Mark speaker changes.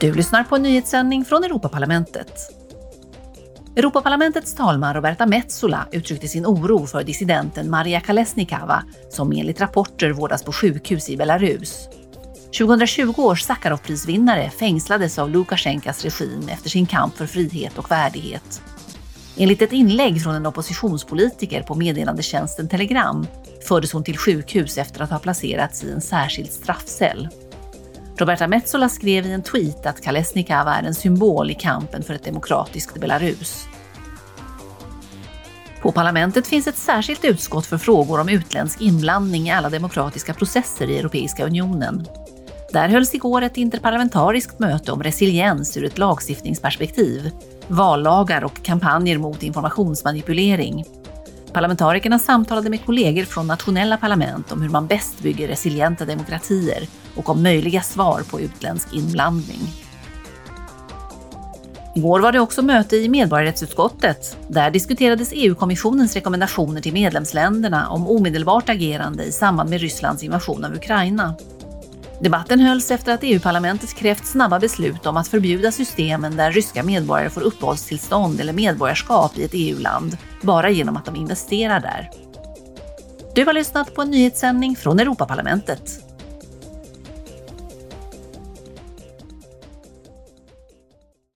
Speaker 1: Du lyssnar på en nyhetssändning från Europaparlamentet. Europaparlamentets talman Roberta Metsola uttryckte sin oro för dissidenten Maria Kolesnikava som enligt rapporter vårdas på sjukhus i Belarus. 2020 års Sakharov-prisvinnare fängslades av Lukasjenkas regim efter sin kamp för frihet och värdighet. Enligt ett inlägg från en oppositionspolitiker på meddelandetjänsten Telegram fördes hon till sjukhus efter att ha placerats i en särskild straffcell. Roberta Metsola skrev i en tweet att Kolesnikava är en symbol i kampen för ett demokratiskt Belarus. På parlamentet finns ett särskilt utskott för frågor om utländsk inblandning i alla demokratiska processer i Europeiska unionen. Där hölls igår ett interparlamentariskt möte om resiliens ur ett lagstiftningsperspektiv, vallagar och kampanjer mot informationsmanipulering. Parlamentarikerna samtalade med kollegor från nationella parlament om hur man bäst bygger resilienta demokratier och om möjliga svar på utländsk inblandning. Igår var det också möte i medborgarrättsutskottet. Där diskuterades EU-kommissionens rekommendationer till medlemsländerna om omedelbart agerande i samband med Rysslands invasion av Ukraina. Debatten hölls efter att EU-parlamentet krävt snabba beslut om att förbjuda systemen där ryska medborgare får uppehållstillstånd eller medborgarskap i ett EU-land bara genom att de investerar där. Du har lyssnat på en nyhetssändning från Europaparlamentet.